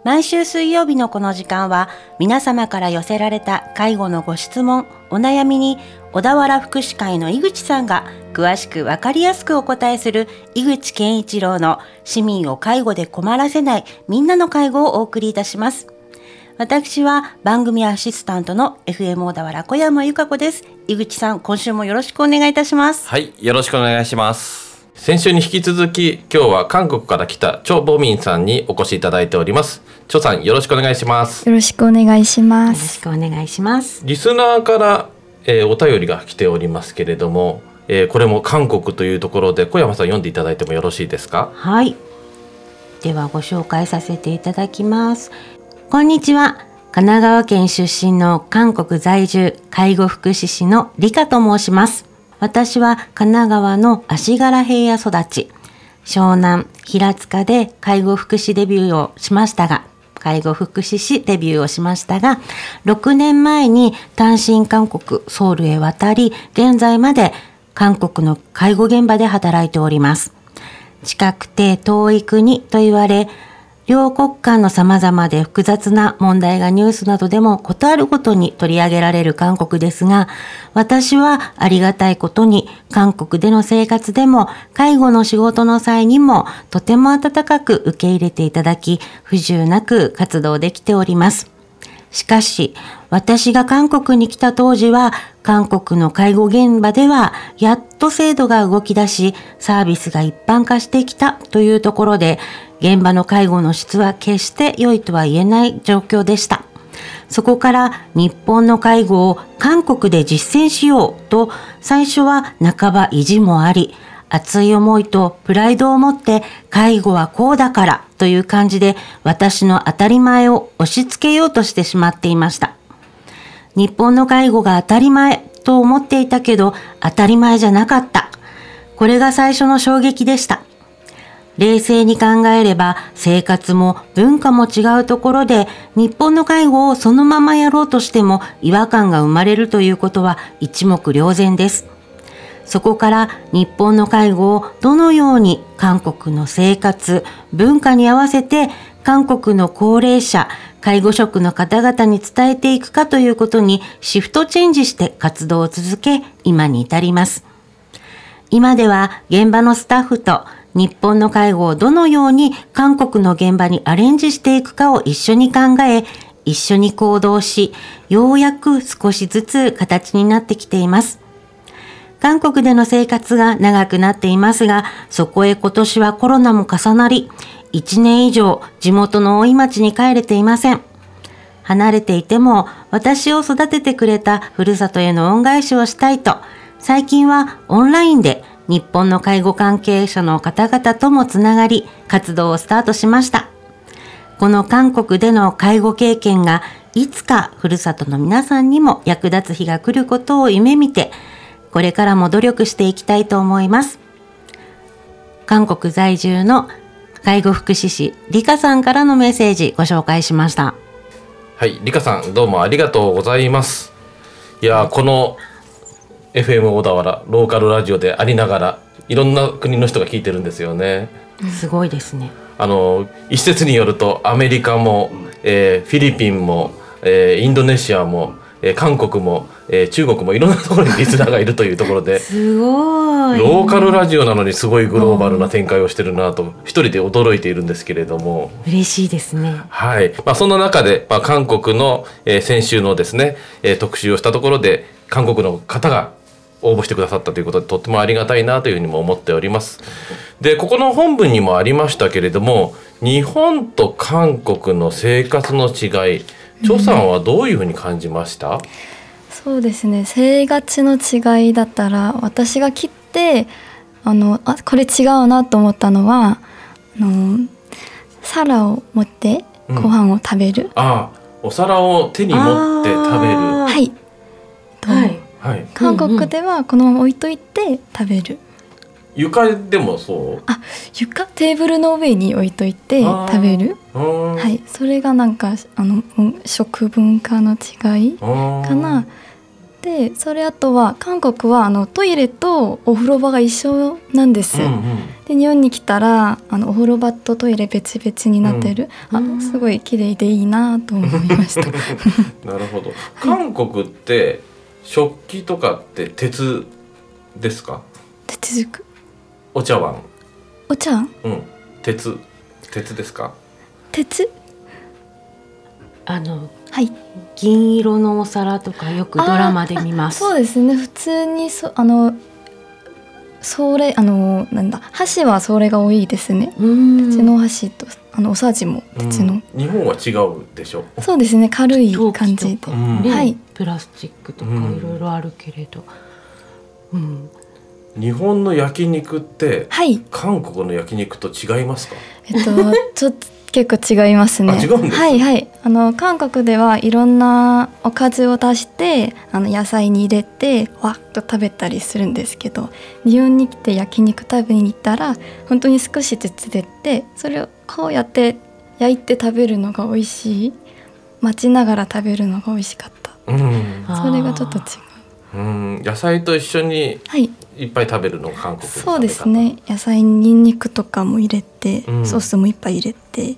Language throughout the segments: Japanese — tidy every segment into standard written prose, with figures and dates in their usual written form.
毎週水曜日のこの時間は皆様から寄せられた介護のご質問、お悩みに小田原福祉会の井口さんが詳しくわかりやすくお答えする井口健一郎の市民を介護で困らせないみんなの介護をお送りいたします。私は番組アシスタントの FM 小田原小山由香子です。井口さん、今週もよろしくお願いいたします。 はい、よろしくお願いします。先週に引き続き今日は韓国から来たチョ・ボミンさんにお越しいただいております。チョさん、よろしくお願いします。 よろしくお願いします。 よろしくお願いします。 リスナーから、お便りが来ておりますけれども、これも韓国というところで小山さん読んでいただいてもよろしいですか？ はい、ではご紹介させていただきます。こんにちは。神奈川県出身の韓国在住介護福祉士の理香と申します。私は神奈川の足柄平野育ち、湘南平塚で介護福祉士デビューをしましたが、6年前に単身韓国ソウルへ渡り、現在まで韓国の介護現場で働いております。近くて遠い国と言われ、両国間の様々で複雑な問題がニュースなどでもことあるごとに取り上げられる韓国ですが、私はありがたいことに韓国での生活でも介護の仕事の際にもとても温かく受け入れていただき、不自由なく活動できております。しかし、私が韓国に来た当時は、韓国の介護現場では、やっと制度が動き出し、サービスが一般化してきたというところで、現場の介護の質は決して良いとは言えない状況でした。そこから日本の介護を韓国で実践しようと、最初は半ば意地もあり、熱い思いとプライドを持って介護はこうだからという感じで私の当たり前を押し付けようとしてしまっていました。日本の介護が当たり前と思っていたけど当たり前じゃなかった。これが最初の衝撃でした。冷静に考えれば生活も文化も違うところで日本の介護をそのままやろうとしても違和感が生まれるということは一目瞭然です。そこから日本の介護をどのように韓国の生活、文化に合わせて韓国の高齢者、介護職の方々に伝えていくかということにシフトチェンジして活動を続け、今に至ります。今では現場のスタッフと日本の介護をどのように韓国の現場にアレンジしていくかを一緒に考え、一緒に行動し、ようやく少しずつ形になってきています。韓国での生活が長くなっていますが、そこへ今年はコロナも重なり、1年以上地元の大井町に帰れていません。離れていても私を育ててくれたふるさとへの恩返しをしたいと、最近はオンラインで日本の介護関係者の方々ともつながり、活動をスタートしました。この韓国での介護経験がいつかふるさとの皆さんにも役立つ日が来ることを夢見て、これからも努力していきたいと思います。韓国在住の介護福祉士理香さんからのメッセージご紹介しました。 はい、理香さん、どうもありがとうございます。いや、この FM 小田原ローカルラジオでありながらいろんな国の人が聞いてるんですよね。 すごいですね。 一説によるとアメリカも、フィリピンも、インドネシアも、韓国も、中国もいろんなところにリスナーがいるというところですごい、 ローカルラジオなのにすごいグローバルな展開をしてるなと一人で驚いているんですけれども、 嬉しいですね。 はい、そんな中で、韓国の、先週のですね、特集をしたところで韓国の方が応募してくださったということでとってもありがたいなというふうにも思っております。で、ここの本文にもありましたけれども、日本と韓国の生活の違い、張さんはどういうふうに感じました？ そうですね、生活の違いだったら私が切ってこれ違うなと思ったのは皿を持ってご飯を食べる、 お皿を手に持って食べる。 はい、はい、韓国ではこのまま置いといて食べる。 床でもそう？ 床、テーブルの上に置いといて食べる。はい、それがなんか食文化の違いかなっでそれあとは韓国はトイレとお風呂場が一緒なんです、で日本に来たらお風呂場とトイレ別々になってる、すごい綺麗でいいなと思いましたなるほど。韓国って食器とかって鉄ですか？ 鉄軸、 お茶碗、 お茶碗、 鉄ですか？ 鉄、はい、 銀色のお皿とかよくドラマで見ます。 そうですね、普通にそれなんだ、箸はそれが多いですね。鉄の箸とおさじも鉄の、 日本は違うでしょ？ そうですね、軽い感じで、はい、 プラスチックとかいろいろあるけれど、 日本の焼肉って、 はい、 韓国の焼肉と違いますか？ ちょっと結構違いますね。 違うんですか？ はいはい、韓国ではいろんなおかずを出して野菜に入れてわっと食べたりするんですけど、日本に来て焼肉食べに行ったら本当に少しずつ出て、それをこうやって焼いて食べるのが美味しい、待ちながら食べるのが美味しかった、それがちょっと違う。 野菜と一緒にはいいっぱい食べるのが韓国の食べ方。 そうですね、野菜にんにくとかも入れて、ソースもいっぱい入れて、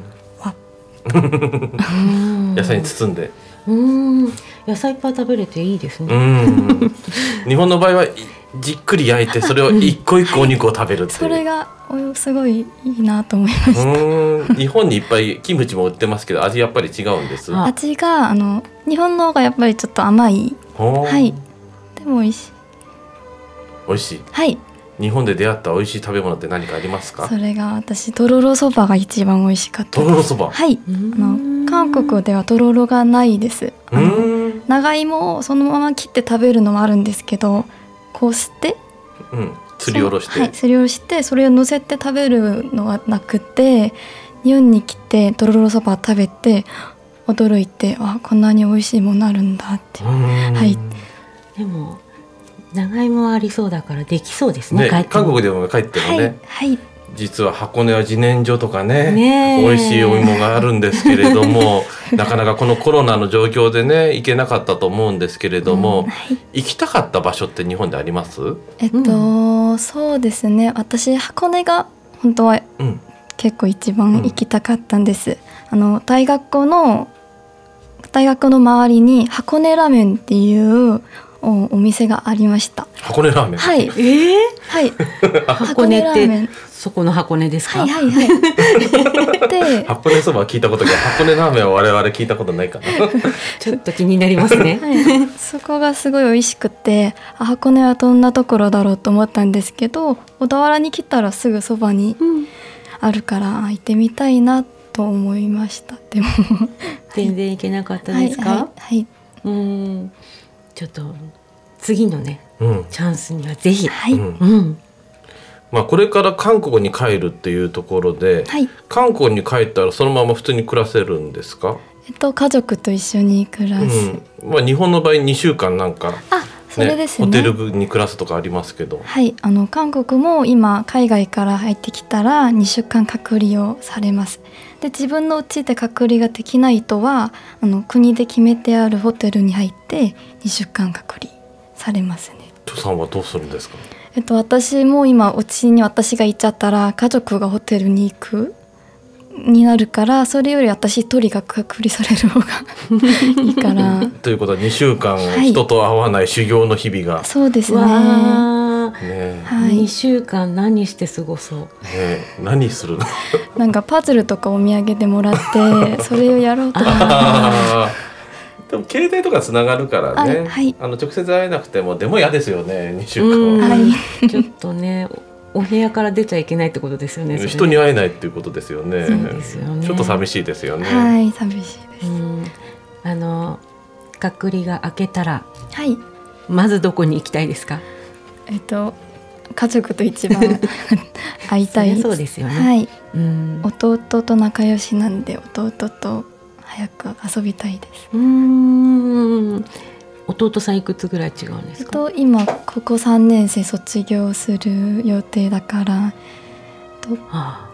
野菜に包んで、 野菜いっぱい食べれていいですね。 日本の場合はじっくり焼いてそれを一個一個お肉を食べるっていう、 それがすごいいいなと思いました。 日本にいっぱいキムチも売ってますけど、味やっぱり違うんです。 味が日本の方がやっぱりちょっと甘い、はい、でも美味しい。 美味しい。 はい。 日本で出会った美味しい食べ物って何かありますか？ それが私とろろそばが一番美味しかったです。 とろろそば。 はい。韓国ではとろろがないです。長芋をそのまま切って食べるのもあるんですけど、こうして、 すりおろして、 はい、すりおろしてそれを乗せて食べるのがなくて、日本に来てとろろそば食べて驚いて、こんなに美味しいものあるんだって。はい。 でも長芋はありそうだからできそうですね。 韓国でも帰ってもね、 はい、 実は箱根は自然薯とかね、美味しいお芋があるんですけれどもなかなかこのコロナの状況でね行けなかったと思うんですけれども、行きたかった場所って日本であります？ そうですね、私箱根が本当は結構一番行きたかったんです。大学の周りに箱根ラーメンっていうお店がありました。 箱根ラーメン。 はい。はい。 箱根ってそこの箱根ですか？ はいはいはい。で、 箱根そばは聞いたことが、箱根ラーメンは我々聞いたことないかな。 ちょっと気になりますね。 はい、そこがすごい美味しくて、箱根はどんなところだろうと思ったんですけど、小田原に来たらすぐそばにあるから行ってみたいなと思いました。でも全然行けなかったですか？ はい。 ちょっと次のね、チャンスにはぜひ。 これから韓国に帰るっていうところで、韓国に帰ったらそのまま普通に暮らせるんですか？ 家族と一緒に暮らす。 日本の場合2週間なんか、 それですね、 ホテルに暮らすとかありますけど、 はい、韓国も今海外から入ってきたら2週間隔離をされます。で、自分の家で隔離ができない人は国で決めてあるホテルに入って2週間隔離されますね。 トさんはどうするんですか？ 私も今家に私が行っちゃったら家族がホテルに行くになるから、それより私一人が隔離される方がいいからということは2週間人と会わない修行の日々が、 そうですね。 2週間何して過ごそう、 何するのなんかパズルとかお土産でもらってそれをやろうと思ってでも携帯とかつながるからね、直接会えなくてもでも嫌ですよね、2週間ちょっとねお部屋から出ちゃいけないってことですよね。 人に会えないっていうことですよね。 そうですよね。 ちょっと寂しいですよね。 はい、寂しいです。 隔離が明けたら、 はい、 まずどこに行きたいですか？ 家族と一番会いたいです。 そうですよね。 はい。弟と仲良しなんで弟と早く遊びたいです。 弟さんいくつぐらい違うんですか？ 今ここ3年生卒業する予定だからはい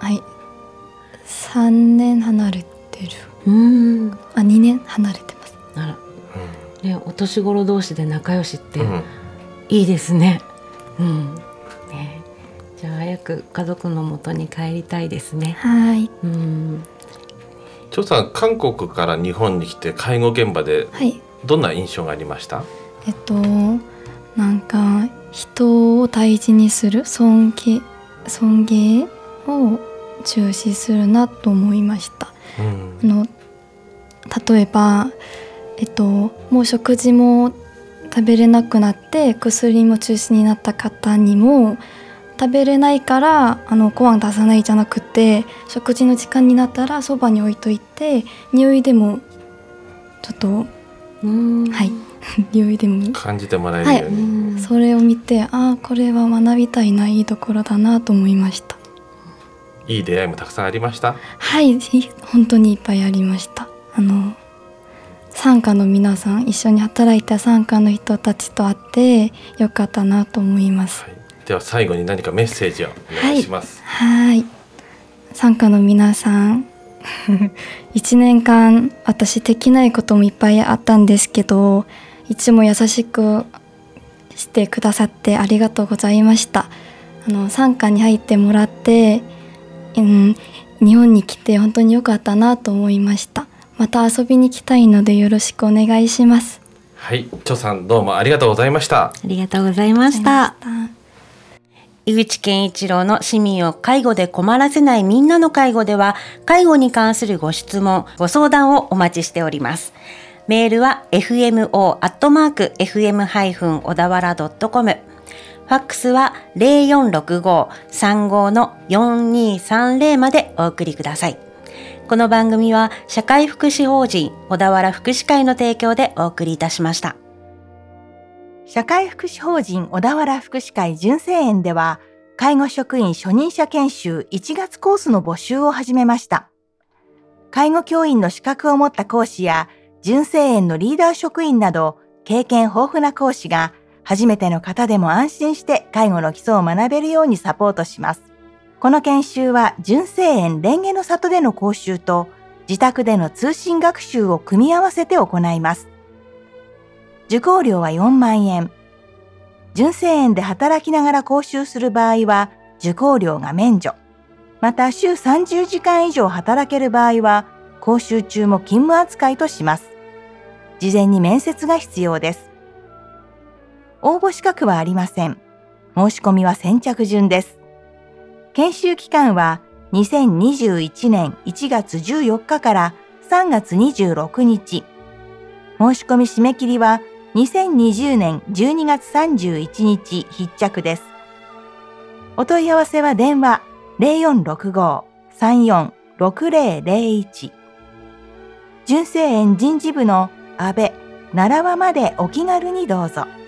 、3年離れてる。2年離れてます。 ね、お年頃同士で仲良しってうんいいですね。ね、じゃあ早く家族の元に帰りたいですね。 はい。 張さん、韓国から日本に来て介護現場ではい。 どんな印象がありました？ なんか人を大事にする尊敬を重視するなと思いました。例えば、もう食事も食べれなくなって薬も中止になった方にも食べれないからご飯出さないじゃなくて、食事の時間になったらそばに置いといて、匂いでもちょっとはい匂いでも感じてもらえるように、 それを見て、これは学びたいな、いいところだなと思いました。 いい出会いもたくさんありました？ はい、本当にいっぱいありました。産科の皆さん、一緒に働いた産科の人たちと会ってよかったなと思います。 はい、では最後に何かメッセージをお願いします。 はい、産科の皆さん1年間私できないこともいっぱいあったんですけど、いつも優しくしてくださってありがとうございました。産科に入ってもらって、日本に来て本当に良かったなと思いました。また遊びに来たいのでよろしくお願いします。 はい、張さん、どうもありがとうございました。 ありがとうございました。井口健一郎の市民を介護で困らせないみんなの介護では、介護に関するご質問、ご相談をお待ちしております。メールは fmo@fm- 小田原 .com、 ファックスは 0465-35-4230 までお送りください。この番組は社会福祉法人小田原福祉会の提供でお送りいたしました。 社会福祉法人小田原福祉会純正園では、介護職員初任者研修1月コースの募集を始めました。介護教員の資格を持った講師や、純正園のリーダー職員など、経験豊富な講師が、初めての方でも安心して介護の基礎を学べるようにサポートします。この研修は、純正園蓮華の里での講習と、自宅での通信学習を組み合わせて行います。受講料は4万円。純正園で働きながら講習する場合は、受講料が免除。また、週30時間以上働ける場合は、講習中も勤務扱いとします。事前に面接が必要です。応募資格はありません。申し込みは先着順です。研修期間は2021年1月14日から3月26日。申し込み締め切りは2020年12月31日必着です。お問い合わせは電話 0465-346001。純正園人事部の安倍、奈良輪までお気軽にどうぞ。